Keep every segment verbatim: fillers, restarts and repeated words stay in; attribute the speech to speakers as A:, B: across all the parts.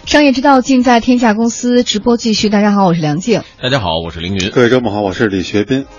A: 商业之道尽在天下公司，直播继续。大家好，我是梁静。
B: 大家好，我是凌云。
C: 各位周末好，我是李学斌。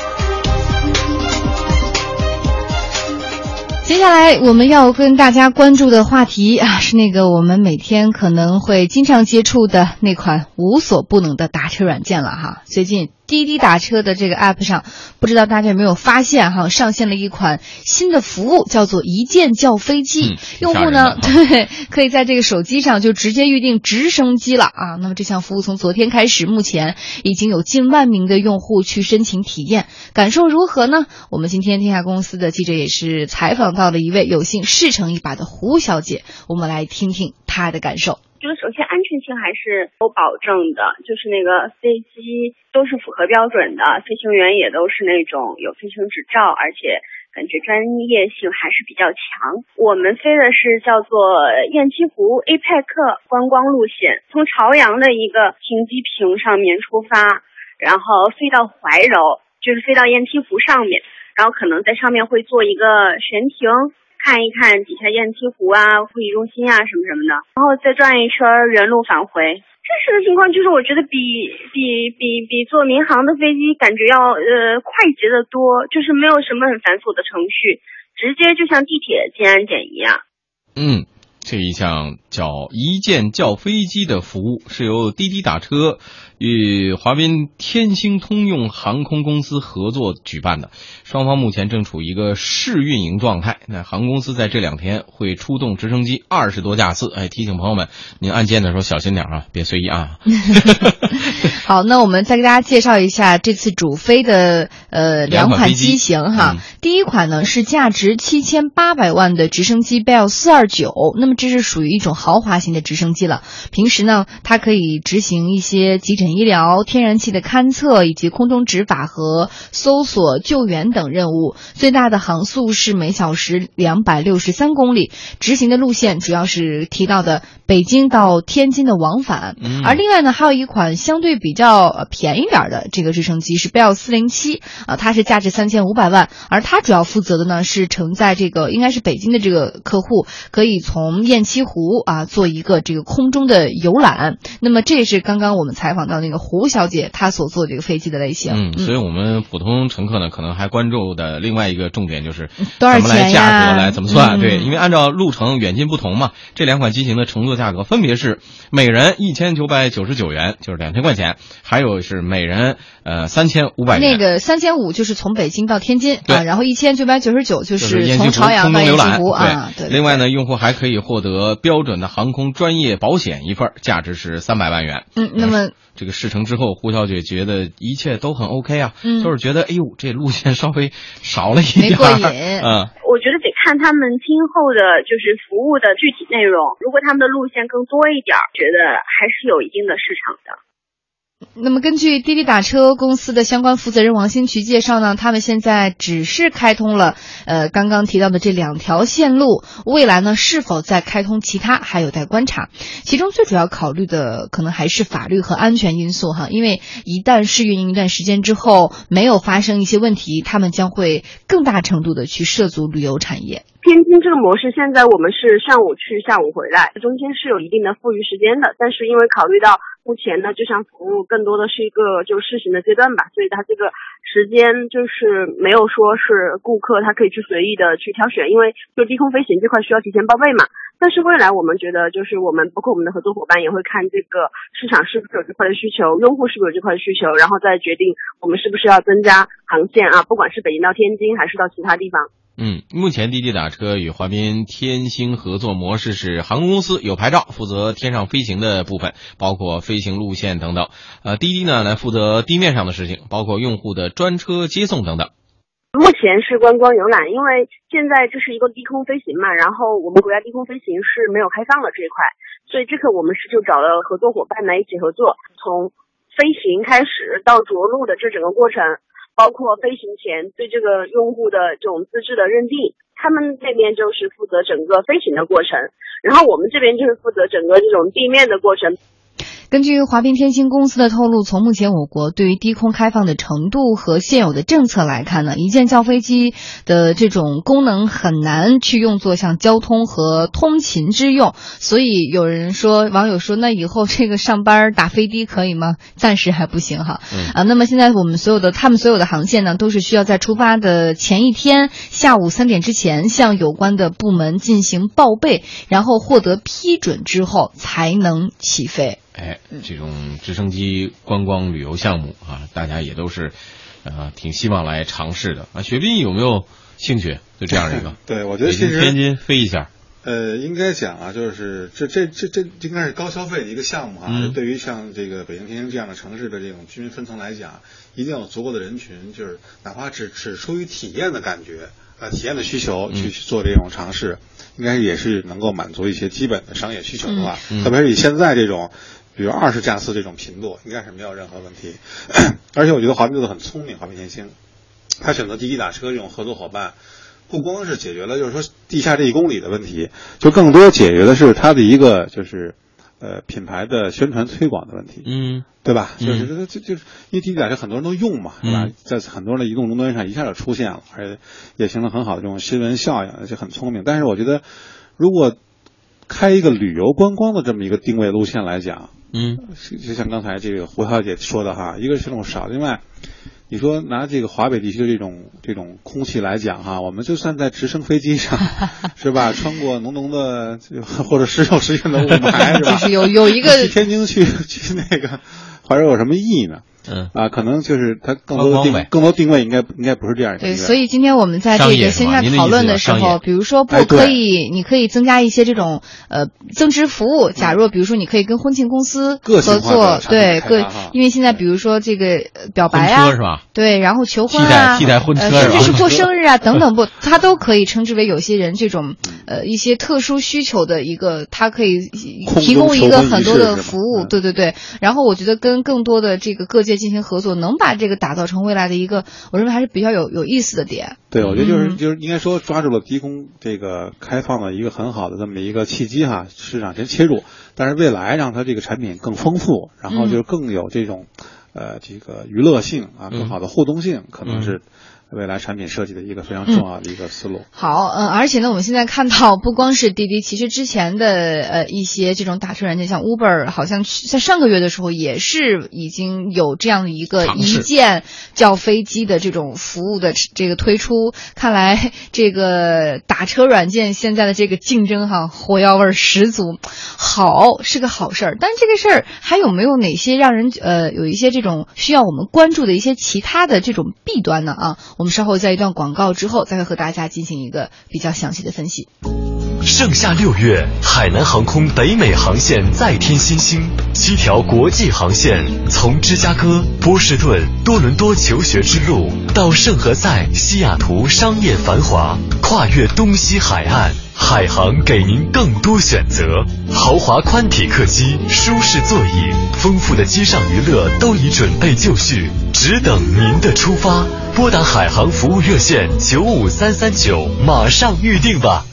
A: 接下来我们要跟大家关注的话题啊，是那个我们每天可能会经常接触的那款无所不能的打车软件了哈。最近滴滴打车的这个 app 上，不知道大家有没有发现哈，上线了一款新的服务，叫做一键叫飞机。嗯、用户呢，对，可以在这个手机上就直接预定直升机了啊。那么这项服务从昨天开始，目前已经有近万名的用户去申请体验，感受如何呢？我们今天天下公司的记者也是采访到了一位有幸试乘一把的胡小姐，我们来听听她的感受。
D: 就是首先安全性还是有保证的，就是那个飞机都是符合标准的，飞行员也都是那种有飞行执照，而且感觉专业性还是比较强。我们飞的是叫做雁栖湖 A P E C 观光路线，从朝阳的一个停机坪上面出发，然后飞到怀柔，就是飞到雁栖湖上面，然后可能在上面会做一个悬停，看一看底下雁栖湖啊、会议中心啊什么什么的，然后再转一圈原路返回。真实的情况就是，我觉得比比比比坐民航的飞机感觉要呃快捷的多，就是没有什么很繁琐的程序，直接就像地铁进安检一样。
B: 嗯，这一项叫一键叫飞机的服务是由滴滴打车与华彬天星通用航空公司合作举办的，双方目前正处于一个试运营状态。那航空公司在这两天会出动直升机二十多架次，哎，提醒朋友们，您按键的时候小心点啊，别随意按。
A: 好，那我们再给大家介绍一下这次主飞的呃两款机型哈。嗯、第一款呢是价值七千八百万的直升机 Bell 四二九，那么这是属于一种豪华型的直升机了。平时呢，它可以执行一些急诊医疗、天然气的勘测以及空中执法和搜索救援等任务。最大的航速是每小时两百六十三公里，执行的路线主要是提到的北京到天津的往返。嗯、而另外呢，还有一款相对比较便宜点的这个直升机是 Bell 四零七啊，它是价值三千五百万，而它主要负责的呢是承载这个应该是北京的这个客户可以从雁栖湖啊做一个这个空中的游览。那么这也是刚刚我们采访到那个胡小姐她所做这个飞机的类型。
B: 嗯，所以我们普通乘客呢可能还关注的另外一个重点就是
A: 多少钱呀？
B: 怎么来价格来怎么算？嗯、对，因为按照路程远近不同嘛，这两款机型的乘坐价格分别是每人一千九百九十九元，就是两千块钱，还有是每人呃三千五百元。
A: 那个三千五就是从北京到天津啊，然后一千九百九十九就是从朝阳到雁栖湖啊。
B: 对，另外呢，用户还可以获得标准的航空专业保险一份，价值是三百万元。
A: 嗯，那么
B: 这个试乘之后，胡小姐觉得一切都很 OK 啊，嗯、就是觉得哎呦，这路线稍微少了一点，
A: 没过瘾。
B: 嗯，
D: 我觉得得看他们今后的就是服务的具体内容，如果他们的路线更多一点，觉得还是有一定的市场的。
A: 那么根据滴滴打车公司的相关负责人王新渠介绍呢，他们现在只是开通了呃刚刚提到的这两条线路，未来呢是否再开通其他还有待观察。其中最主要考虑的可能还是法律和安全因素哈，因为一旦试运营一段时间之后没有发生一些问题，他们将会更大程度的去涉足旅游产业。
D: 天津这个模式现在我们是上午去下午回来，中间是有一定的富裕时间的，但是因为考虑到目前呢这项服务更多的是一个就试行的阶段吧，所以它这个时间就是没有说是顾客他可以去随意的去挑选，因为就低空飞行这块需要提前报备嘛。但是未来我们觉得就是我们包括我们的合作伙伴也会看这个市场是不是有这块的需求，用户是不是有这块的需求，然后再决定我们是不是要增加航线啊，不管是北京到天津还是到其他地方。
B: 嗯，目前滴滴打车与华彬天星合作模式是航空公司有牌照负责天上飞行的部分，包括飞行路线等等。呃，滴滴呢来负责地面上的事情，包括用户的专车接送等等。
D: 目前是观光游览，因为现在这是一个低空飞行嘛，然后我们国家低空飞行是没有开放的这一块，所以这个我们是就找了合作伙伴来一起合作，从飞行开始到着陆的这整个过程，包括飞行前对这个用户的这种资质的认定，他们这边就是负责整个飞行的过程，然后我们这边就是负责整个这种地面的过程。
A: 根据华彬天星公司的透露，从目前我国对于低空开放的程度和现有的政策来看呢，一架教飞机的这种功能很难去用作像交通和通勤之用，所以有人说，网友说，那以后这个上班打飞的可以吗？暂时还不行哈。嗯、啊，那么现在我们所有的他们所有的航线呢，都是需要在出发的前一天下午三点之前向有关的部门进行报备，然后获得批准之后才能起飞。
B: 哎，这种直升机观光旅游项目啊，大家也都是，呃，挺希望来尝试的啊。雪斌有没有兴趣？就这样一个，
C: 对，我觉得其实
B: 天津飞一下，
C: 呃，应该讲啊，就是这这这这应该是高消费的一个项目啊。嗯、对于像这个北京、天津这样的城市的这种居民分层来讲，一定要有足够的人群，就是哪怕只只出于体验的感觉。呃，体验的需求去做这种尝试，嗯、应该也是能够满足一些基本的商业需求的话，嗯、特别是以现在这种，比如二十架次这种频度，应该是没有任何问题。而且我觉得华彬做的很聪明，华彬天星，他选择滴滴打车这种合作伙伴，不光是解决了就是说地下这一公里的问题，就更多解决的是他的一个就是。呃，品牌的宣传推广的问题，嗯，对吧？就是这这就是因为滴滴打车很多人都用嘛，是吧？嗯、在很多人的移动终端上一下就出现了，而且也形成很好的这种新闻效应，而且很聪明。但是我觉得，如果开一个旅游观光的这么一个定位路线来讲，嗯，就像刚才这个胡小姐说的哈，一个是这种少，另外。你说拿这个华北地区的这种这种空气来讲哈，我们就算在直升飞机上，是吧？穿过浓浓的或者时有时限的雾霾，是吧？
A: 就是有有一个
C: 去天津去去那个怀柔有什么意义呢？嗯啊，可能就是它更多的定更多定位应该应该不是这样的。
A: 对，所以今天我们在这个现在讨论的时候，比如说不可以，你可以增加一些这种呃增值服务。假如比如说你可以跟婚庆公司合作，对各，因为现在比如说这个表白啊，
B: 是吧？
A: 对，然后求婚啊，
B: 替代婚车，
A: 甚至是过生日啊等等不，它都可以称之为有些人这种呃一些特殊需求的一个，它可以提供一个很多的服务。对对对，然后我觉得跟更多的这个各界进行合作，能把这个打造成未来的一个，我认为还是比较有有意思的点。
C: 对，我觉得就是、嗯、就是应该说抓住了低空这个开放的一个很好的这么一个契机哈，市场先切入，但是未来让它这个产品更丰富，然后就是更有这种、嗯、呃这个娱乐性啊，更好的互动性，嗯、可能是。未来产品设计的一个非常重要的一个思路。
A: 嗯、好，嗯，而且呢，我们现在看到不光是滴滴，其实之前的呃一些这种打车软件，像 Uber， 好像在上个月的时候也是已经有这样的一个一键叫飞机的这种服务的这个推出。看来这个打车软件现在的这个竞争哈，火药味十足，好是个好事儿。但这个事儿还有没有哪些让人呃有一些这种需要我们关注的一些其他的这种弊端呢？啊？我们稍后在一段广告之后，再会和大家进行一个比较详细的分析。
E: 盛夏六月，海南航空北美航线再添新星，七条国际航线，从芝加哥、波士顿、多伦多求学之路，到圣何塞、西雅图商业繁华，跨越东西海岸。海航给您更多选择，豪华宽体客机，舒适座椅，丰富的机上娱乐都已准备就绪，只等您的出发。拨打海航服务热线九五三三九，马上预定吧。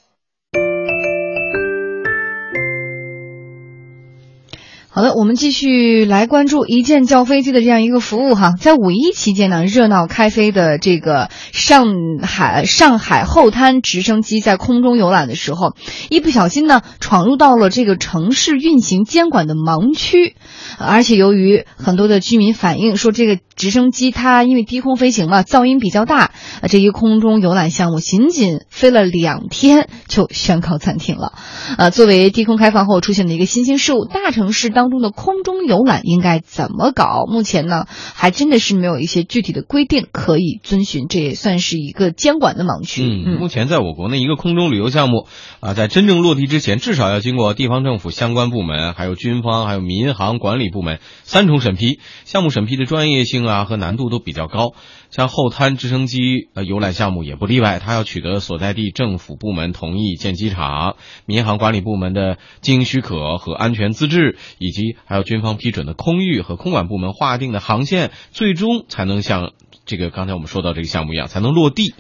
A: 好的，我们继续来关注一键叫飞机的这样一个服务哈。在五一期间呢，热闹开飞的这个上海上海后滩直升机在空中游览的时候，一不小心呢，闯入到了这个城市运行监管的盲区，而且由于很多的居民反映说，这个直升机它因为低空飞行嘛，噪音比较大，这一空中游览项目仅仅飞了两天就宣告暂停了。呃，作为低空开放后出现的一个新兴事物，大城市当中的空中游览应该怎么搞？目前呢，还真的是没有一些具体的规定可以遵循，这也算是一个监管的盲区。
B: 嗯，目前在我国呢，一个空中旅游项目啊，在真正落地之前，至少要经过地方政府相关部门、还有军方、还有民航管理部门三重审批。项目审批的专业性啊和难度都比较高，像后滩直升机呃游览项目也不例外，它要取得所在地政府部门同意建机场、民航管理部门的经营许可和安全资质，以及还有军方批准的空域和空管部门划定的航线，最终才能像这个刚才我们说到这个项目一样，才能落地啊。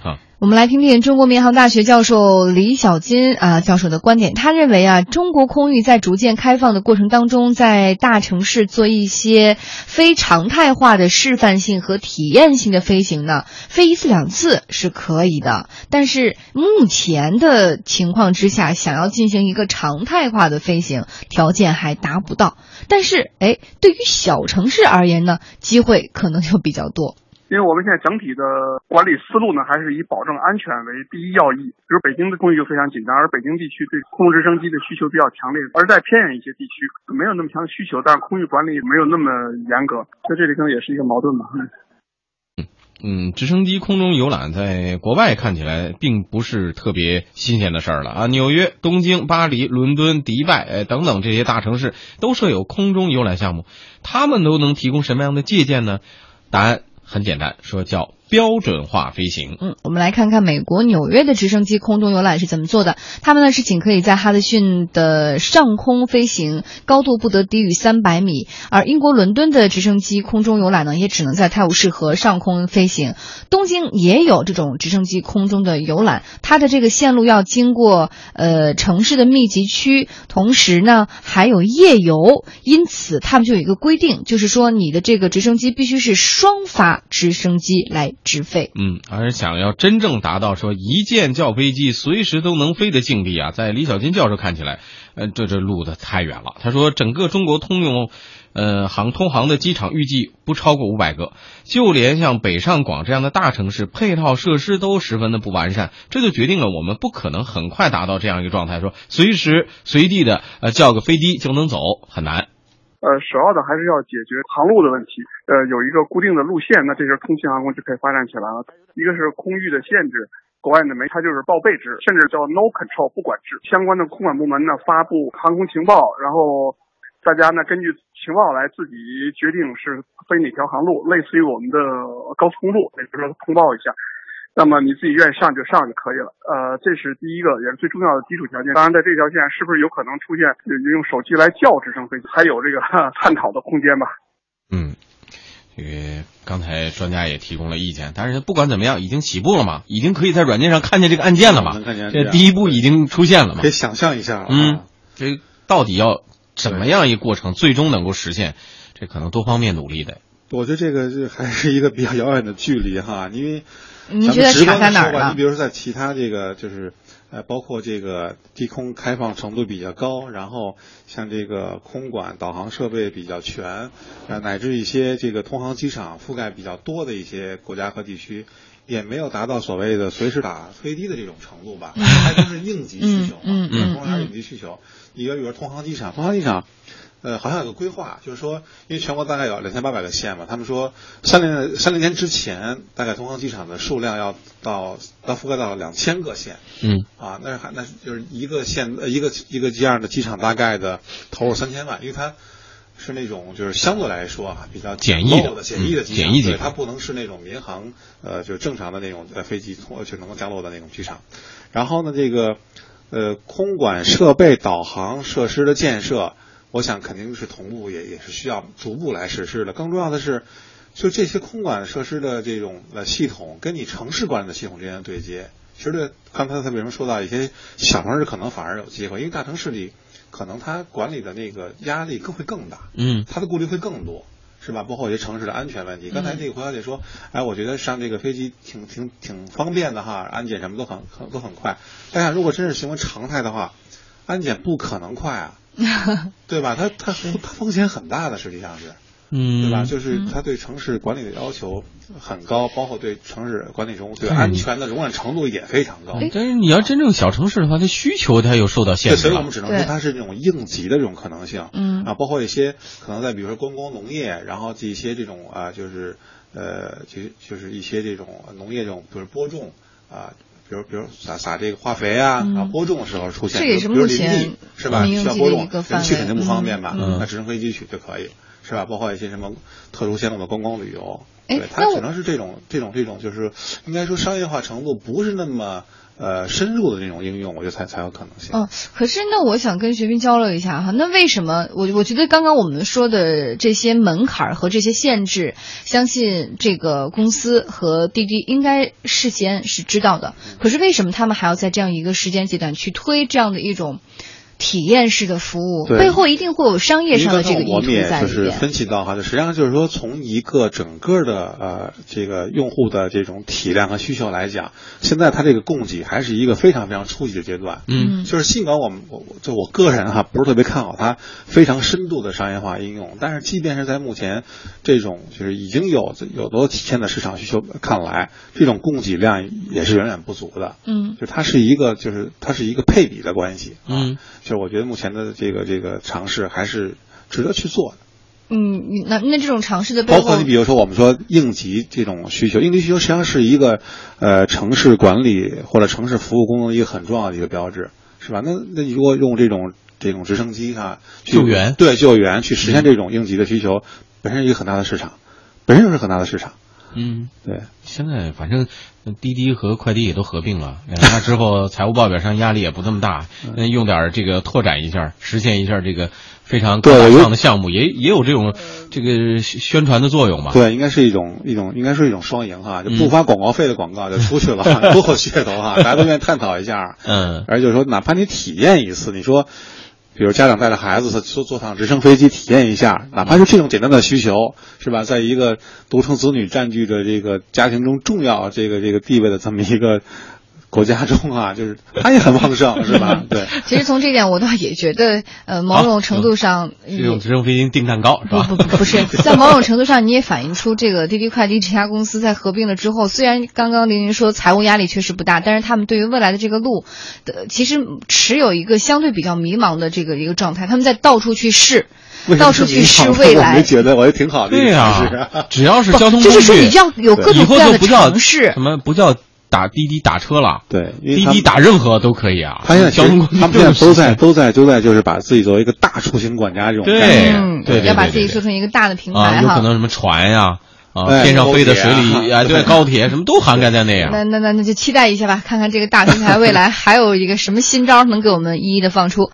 A: 我们来听听中国民航大学教授李小金啊教授的观点。他认为啊，中国空域在逐渐开放的过程当中，在大城市做一些非常态化的示范性和体验性的飞行呢，飞一次两次是可以的。但是目前的情况之下，想要进行一个常态化的飞行，条件还达不到。但是，哎，对于小城市而言呢，机会可能就比较多。
F: 因为我们现在整体的管理思路呢，还是以保证安全为第一要义。比如北京的空域就非常紧张，而北京地区对空中直升机的需求比较强烈，而在偏远一些地区没有那么强的需求，但是空域管理没有那么严格，所以这里可能也是一个矛盾吧。
B: 嗯，直升机空中游览在国外看起来并不是特别新鲜的事儿了啊！纽约、东京、巴黎、伦敦、迪拜，哎等等这些大城市都设有空中游览项目，他们都能提供什么样的借鉴呢？答案很简单，说叫标准化飞行。
A: 嗯，我们来看看美国纽约的直升机空中游览是怎么做的。他们呢是仅可以在哈德逊的上空飞行，高度不得低于三百米。而英国伦敦的直升机空中游览呢，也只能在泰晤士河上空飞行。东京也有这种直升机空中的游览，它的这个线路要经过呃城市的密集区，同时呢还有夜游，因此他们就有一个规定，就是说你的这个直升机必须是双发直升机来直飞。
B: 嗯，而想要真正达到说一架教飞机随时都能飞的境地啊，在李小金教授看起来，呃，这这路的太远了。他说，整个中国通用，呃，航通航的机场预计不超过五百个，就连像北上广这样的大城市，配套设施都十分的不完善，这就决定了我们不可能很快达到这样一个状态，说随时随地的呃叫个飞机就能走，很难。
F: 呃，首要的还是要解决航路的问题。呃，有一个固定的路线，那这时候通信航空就可以发展起来了。一个是空域的限制，国外的没，它就是报备制，甚至叫 no control 不管制。相关的空管部门呢发布航空情报，然后大家呢根据情报来自己决定是飞哪条航路，类似于我们的高速公路，比如说通报一下。那么你自己愿意上就上就可以了，呃，这是第一个也是最重要的基础条件。当然，在这条线是不是有可能出现用手机来叫直升飞机，还有这个探讨的空间吧。
B: 嗯，这个刚才专家也提供了意见，但是不管怎么样，已经起步了嘛，已经可以在软件上看见这个按键了嘛，这第一步已经出现了嘛，
C: 可以想象一下。
B: 嗯，这到底要怎么样一个过程，最终能够实现？这可能多方面努力的。
C: 我觉得这个这还是一个比较遥远的距离哈，因为
A: 你觉得卡在哪儿了？
C: 你比如说在其他这个就是呃，包括这个低空开放程度比较高，然后像这个空管导航设备比较全，呃，乃至一些这个通航机场覆盖比较多的一些国家和地区，也没有达到所谓的随时打飞机的这种程度吧，还都是应急需求，
A: 嗯嗯，
C: 通常是应急需求。一个比如通航机场，通航机场。呃，好像有个规划，就是说，因为全国大概有两千八百个县嘛，他们说三零三零年之前，大概通航机场的数量要到要覆盖到两千个县。
B: 嗯，
C: 啊，那还那就是一个县呃一个一个这样的机场大概的投入三千万，因为它是那种就是相对来说啊比较
B: 简易的
C: 简易的机场，
B: 简易机
C: 对，它不能是那种民航呃就正常的那种呃飞机通就能够降落的那种机场。然后呢，这个呃空管设备导航设施的建设。我想肯定是同步也也是需要逐步来实施的。更重要的是，就这些空管设施的这种呃系统跟你城市管理的系统之间的对接。其实这刚才他为什么说到一些小城市可能反而有机会，因为大城市里可能它管理的那个压力更会更大，
B: 嗯，
C: 它的顾虑会更多，是吧？包括一些城市的安全问题。刚才这个胡小姐说，哎，我觉得上这个飞机挺挺挺方便的哈，安检什么都很很都很快。大家如果真是形成常态的话，安检不可能快啊。对吧？它它它风险很大的，实际上是，
B: 嗯，
C: 对吧？就是它对城市管理的要求很高，包括对城市管理中对安全的容忍程度也非常高。
B: 但是你要真正小城市的话，它需求它又受到限制了。
C: 所以我们只能说它是这种应急的这种可能性。
A: 嗯
C: 啊，包括一些可能在比如说观光农业，然后一些这种啊，就是呃，就就是一些这种农业这种，比如播种啊。比如，比如撒撒这个化肥啊，
A: 嗯、
C: 然后播种的时候出现，
A: 这也是目前
C: 是吧？需要播种，人去肯定不方便吧？
B: 嗯、
C: 那直升飞机去就可以。 是吧？包括一些什么特殊线路的观光旅游，
A: 对，
C: 它只能是这种这种这种，就是应该说商业化程度不是那么呃深入的这种应用，我觉得才才有可能性。
A: 嗯，可是那我想跟学斌交流一下哈，那为什么我我觉得刚刚我们说的这些门槛和这些限制，相信这个公司和滴滴应该事先是知道的，可是为什么他们还要在这样一个时间阶段去推这样的一种体验式的服务，背后一定会有商业上的这个意图在里面。
C: 我们也就是分析到哈，就实际上就是说，从一个整个的呃这个用户的这种体量和需求来讲，现在它这个供给还是一个非常非常初级的阶段。
B: 嗯，
C: 就是尽管我们我就我个人哈不是特别看好它非常深度的商业化应用，但是即便是在目前这种就是已经有有多体现的市场需求看来，这种供给量也是远远不足的。
A: 嗯，
C: 就它是一个就是它是一个配比的关系。
B: 嗯。
C: 就是我觉得目前的这个这个尝试还是值得去做的。
A: 嗯，那那这种尝试的背后，
C: 包括你比如说我们说应急这种需求，应急需求实际上是一个呃城市管理或者城市服务功能一个很重要的一个标志，是吧？那那你如果用这种这种直升机啊
B: 救援，
C: 对救援去实现这种应急的需求，本身是一个很大的市场，本身就是很大的市场。
B: 嗯，
C: 对，
B: 现在反正滴滴和快滴也都合并了，那之后财务报表上压力也不那么大，那用点这个拓展一下，实现一下这个非常高大上的项目，也也有这种这个宣传的作用吧？
C: 对，应该是一种一种应该是一种双赢哈，就不发广告费的广告就出去了，嗯、多有噱头哈，大家都愿意探讨一下。
B: 嗯，
C: 而就是说，哪怕你体验一次，你说。比如家长带着孩子坐坐趟直升飞机体验一下，哪怕是这种简单的需求，是吧？在一个独生子女占据着这个家庭中重要这个这个地位的这么一个国家中啊，就是它也很旺盛，是吧？对。
A: 其实从这点我倒也觉得，呃，某种程度上，
B: 用直升飞机订蛋糕是吧？
A: 不不不是，在某种程度上，你也反映出这个滴滴快滴这家公司在合并了之后，虽然刚刚林林说财务压力确实不大，但是他们对于未来的这个路的，其实持有一个相对比较迷茫的这个一个状态，他们在到处去试。到处去试未来，
C: 我觉得我也挺好的。
B: 对呀、啊，只要是交通工具，
A: 就是说你要有各种各样的尝试。
B: 什么不叫打滴滴打车了？
C: 对，
B: 滴滴打任何都可以啊。
C: 他现在
B: 交通工具
C: 他们现在都在都在都在就是把自己作为一个大出行管家这种概
B: 念，
A: 嗯、
B: 对, 对, 对, 对，
A: 要把自己说成一个大的平台
B: 啊，有可能什么船呀。啊，天上飞的、水里啊，对，高铁什么都涵盖在内啊。
A: 那那那那就期待一下吧，看看这个大平台未来还有一个什么新招能给我们一一的放出。